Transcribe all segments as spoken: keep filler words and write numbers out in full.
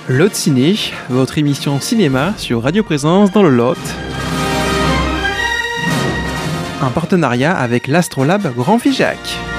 Lot Ciné, votre émission cinéma sur Radio Présence dans le Lot. Un partenariat avec l'Astrolabe Grand Figeac.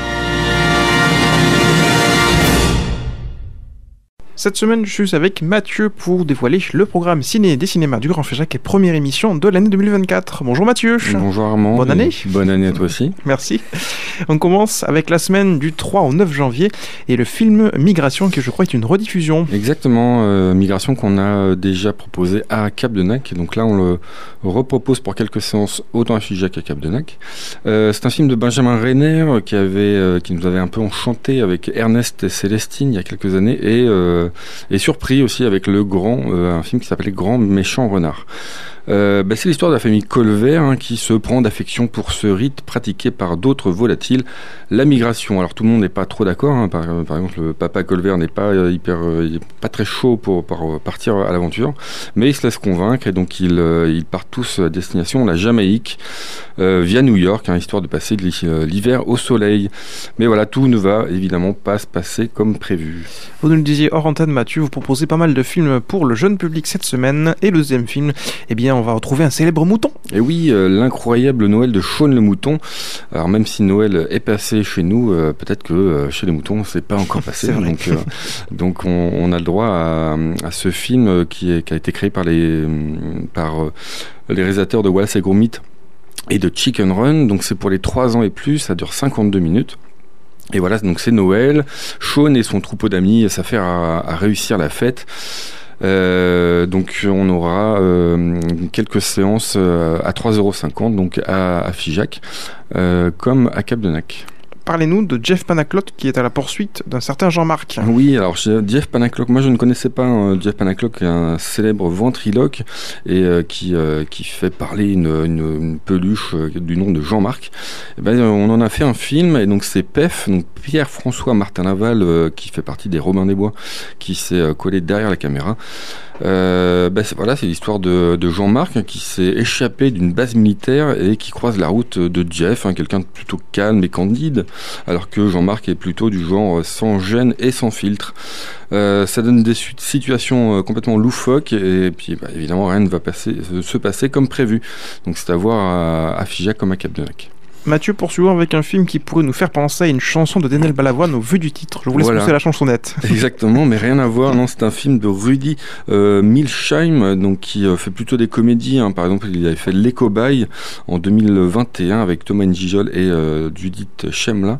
Cette semaine, je suis avec Mathieu pour dévoiler le programme ciné des cinémas du Grand Figeac et première émission de l'année deux mille vingt-quatre. Bonjour Mathieu. Bonjour Armand. Bonne année. Bonne année à toi aussi. Merci. On commence avec la semaine du trois au neuf janvier et le film Migration qui je crois est une rediffusion. Exactement, euh, Migration qu'on a déjà proposé à Cap-de-Nac. Donc là on le repropose pour quelques séances autant à Figeac qu'à Cap-de-Nac. Euh, c'est un film de Benjamin Renner qui, avait, euh, qui nous avait un peu enchanté avec Ernest et Célestine il y a quelques années et euh, et surpris aussi avec le grand, euh, un film qui s'appelait Grand Méchant Renard. Euh, bah, c'est l'histoire de la famille Colvert hein, qui se prend d'affection pour ce rite pratiqué par d'autres volatiles, la migration. Alors tout le monde n'est pas trop d'accord, hein. par, par exemple le papa Colvert n'est pas euh, hyper, euh, il est pas très chaud pour, pour partir à l'aventure, mais il se laisse convaincre et donc ils, euh, ils partent tous à destination la Jamaïque euh, via New York, hein, histoire de passer l'hiver au soleil. Mais voilà, tout ne va évidemment pas se passer comme prévu. Vous nous le disiez hors antenne Mathieu, vous proposez pas mal de films pour le jeune public cette semaine et le deuxième film, eh bien on va retrouver un célèbre mouton. Et oui, euh, l'incroyable Noël de Shaun le mouton. Alors même si Noël est passé chez nous, euh, peut-être que euh, chez les moutons, c'est pas encore passé. donc, euh, donc on, on a le droit à, à ce film qui, est, qui a été créé par les, par, euh, les réalisateurs de Wallace et Gromit et de Chicken Run. Donc c'est pour les trois ans et plus, ça dure cinquante-deux minutes. Et voilà, donc c'est Noël. Shaun et son troupeau d'amis s'affairent à, à réussir la fête. Euh, donc on aura euh, quelques séances euh, à trois euros cinquante donc à, à Figeac euh, comme à Cap-de-Nac. Parlez-nous de Jeff Panaclock qui est à la poursuite d'un certain Jean-Marc. Oui, alors Jeff Panaclock, moi je ne connaissais pas hein, Jeff Panaclock, un célèbre ventriloque et euh, qui, euh, qui fait parler une, une, une peluche euh, du nom de Jean-Marc. Et ben, on en a fait un film et donc c'est P E F, donc Pierre-François Martin-Laval euh, qui fait partie des Robins des Bois, qui s'est euh, collé derrière la caméra. Euh, ben c'est, voilà, c'est l'histoire de, de Jean-Marc hein, qui s'est échappé d'une base militaire et qui croise la route de Jeff, hein, quelqu'un de plutôt calme et candide, alors que Jean-Marc est plutôt du genre sans gêne et sans filtre. Euh, ça donne des situations complètement loufoques et puis bah, évidemment rien ne va passer, se passer comme prévu. Donc c'est à voir à, à Figeac comme à Cap-de-Nac. Mathieu, poursuivons avec un film qui pourrait nous faire penser à une chanson de Daniel Balavoine au vu du titre. Je vous laisse voilà. pousser la chansonnette. Exactement, mais rien à voir. Non, c'est un film de Rudy euh, Milsheim, donc qui euh, fait plutôt des comédies. Hein. Par exemple, il avait fait Les Cobayes en deux mille vingt et un avec Thomas Njijol et euh, Judith Chemla.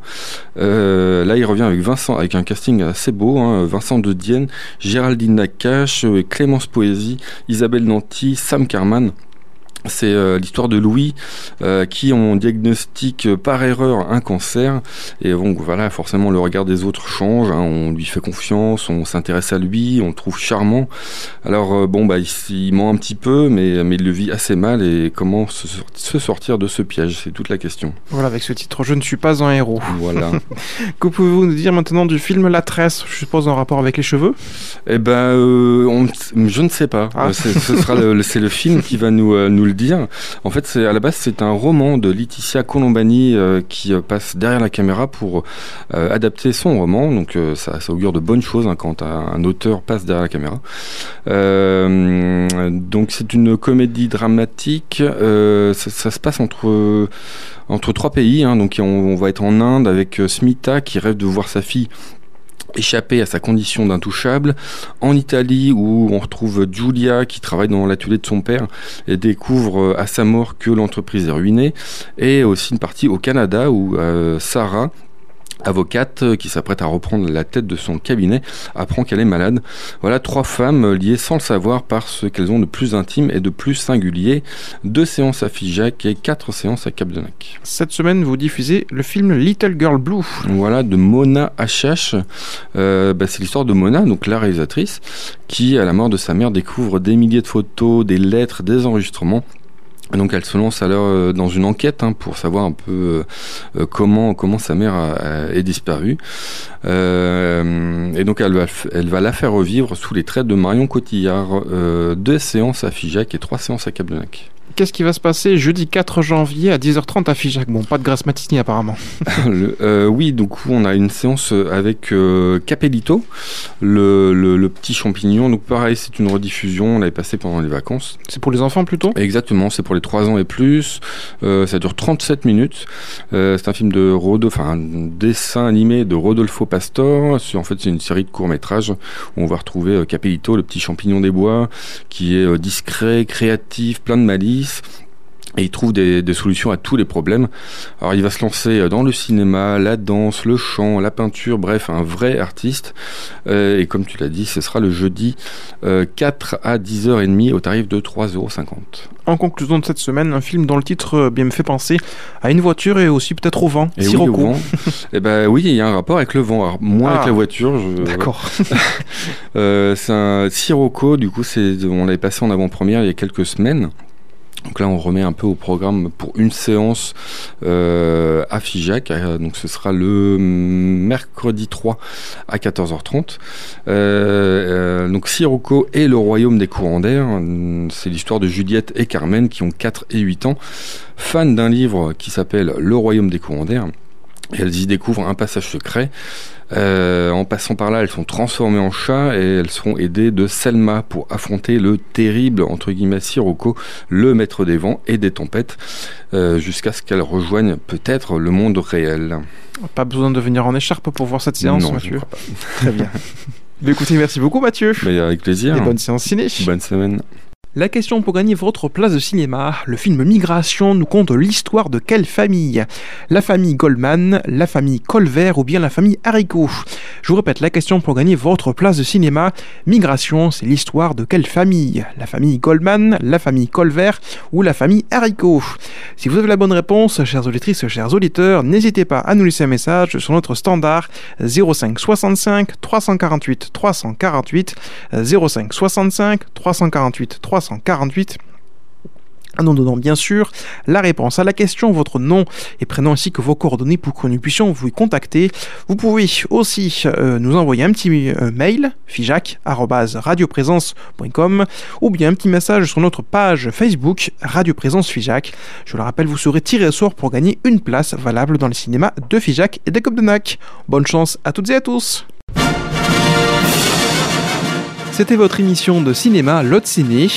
Euh, là, il revient avec Vincent, avec un casting assez beau. Hein. Vincent de Dienne, Géraldine Nakache, Clémence Poésy, Isabelle Nanty, Sam Carman. C'est euh, l'histoire de Louis euh, qui on diagnostique euh, par erreur un cancer et donc voilà forcément le regard des autres change, hein, on lui fait confiance, on s'intéresse à lui, on le trouve charmant. Alors euh, bon bah il, il ment un petit peu mais, mais il le vit assez mal et comment se, se sortir de ce piège, c'est toute la question. Voilà avec ce titre Je ne suis pas un héros. Voilà. Que pouvez-vous nous dire maintenant du film La Tresse, je suppose en rapport avec les cheveux? Eh ben euh, on, je ne sais pas. Ah. C'est, ce sera le, c'est le film qui va nous, euh, nous le dire. En fait, c'est, à la base, c'est un roman de Laetitia Colombani euh, qui euh, passe derrière la caméra pour euh, adapter son roman. Donc, euh, ça, ça augure de bonnes choses hein, quand un, un auteur passe derrière la caméra. Euh, donc, c'est une comédie dramatique. Euh, ça, ça se passe entre entre trois pays. Hein, donc, on, on va être en Inde avec Smita qui rêve de voir sa fille échappé à sa condition d'intouchable, en Italie où on retrouve Giulia qui travaille dans l'atelier de son père et découvre à sa mort que l'entreprise est ruinée, et aussi une partie au Canada où euh, Sarah, avocate qui s'apprête à reprendre la tête de son cabinet, apprend qu'elle est malade. Voilà trois femmes liées sans le savoir par ce qu'elles ont de plus intime et de plus singulier. Deux séances à Figeac et quatre séances à Cap-de-Nac. Cette semaine, vous diffusez le film Little Girl Blue. Voilà, de Mona Achache. Euh, bah, c'est l'histoire de Mona, donc la réalisatrice, qui, à la mort de sa mère, découvre des milliers de photos, des lettres, des enregistrements. Donc elle se lance alors euh, dans une enquête hein, pour savoir un peu euh, comment comment sa mère a, a, est disparue. Euh, et donc elle va elle va la faire revivre sous les traits de Marion Cotillard. Euh, deux séances à Figeac et trois séances à Cap-de-Nac. Qu'est-ce qui va se passer jeudi quatre janvier à dix heures trente à Figeac? Bon, pas de grasse matinée apparemment. le, euh, oui, donc on a une séance avec euh, Capellito, le, le, le petit champignon. Donc pareil, c'est une rediffusion, on l'avait passé pendant les vacances. C'est pour les enfants plutôt? Exactement, c'est pour les trois ans et plus. Euh, ça dure trente-sept minutes. Euh, c'est un film de Rodolfo, enfin un dessin animé de Rodolfo Pastor. C'est, en fait, c'est une série de courts-métrages où on va retrouver euh, Capellito, le petit champignon des bois, qui est euh, discret, créatif, plein de malice. Et il trouve des, des solutions à tous les problèmes. Alors il va se lancer dans le cinéma, la danse, le chant, la peinture, bref, un vrai artiste. Euh, et comme tu l'as dit, ce sera le jeudi euh, quatre à dix heures trente au tarif de trois euros cinquante. En conclusion de cette semaine, un film dont le titre bien me fait penser à une voiture et aussi peut-être au vent. Et Sirocco. Oui, au vent. Eh ben oui, il y a un rapport avec le vent. Alors, moins ah, avec la voiture. Je... D'accord. euh, c'est un Sirocco, du coup, c'est... on l'avait passé en avant-première il y a quelques semaines. Donc là, on remet un peu au programme pour une séance euh, à Figeac. Donc ce sera le mercredi trois à quatorze heures trente. Euh, euh, donc Sirocco et le royaume des courants d'air. C'est l'histoire de Juliette et Carmen qui ont quatre et huit ans, fans d'un livre qui s'appelle Le royaume des courants d'air. Et elles y découvrent un passage secret. Euh, en passant par là, elles sont transformées en chats et elles seront aidées de Selma pour affronter le terrible, entre guillemets, Sirocco, le maître des vents et des tempêtes, euh, jusqu'à ce qu'elles rejoignent peut-être le monde réel. Pas besoin de venir en écharpe pour voir cette séance, non, Mathieu. Je ne crois pas. Très bien. Mais écoutez, merci beaucoup Mathieu. Mais avec plaisir. Et bonne séance ciné. Bonne semaine. La question pour gagner votre place de cinéma. Le film Migration nous conte l'histoire de quelle famille? La famille Goldman, la famille Colvert ou bien la famille Haricot? Je vous répète la question pour gagner votre place de cinéma. Migration, c'est l'histoire de quelle famille? La famille Goldman, la famille Colvert ou la famille Haricot? Si vous avez la bonne réponse, chères auditrices, chers auditeurs, n'hésitez pas à nous laisser un message sur notre standard zéro cinq soixante-cinq trois cent quarante-huit trois cent quarante-huit zéro cinq soixante-cinq trois cent quarante-huit trois cent quarante-huit en nous donnant bien sûr la réponse à la question, votre nom et prénom ainsi que vos coordonnées pour que nous puissions vous contacter. Vous pouvez aussi euh, nous envoyer un petit euh, mail figeac arobase radioprésence point com ou bien un petit message sur notre page Facebook Radio Présence Figeac. Je le rappelle, vous serez tiré au sort pour gagner une place valable dans les cinémas de Figeac et de Copenhague. Bonne chance à toutes et à tous. C'était votre émission de cinéma Lot Ciné.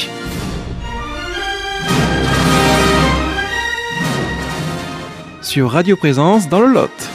Sur Radio Présence dans le Lot.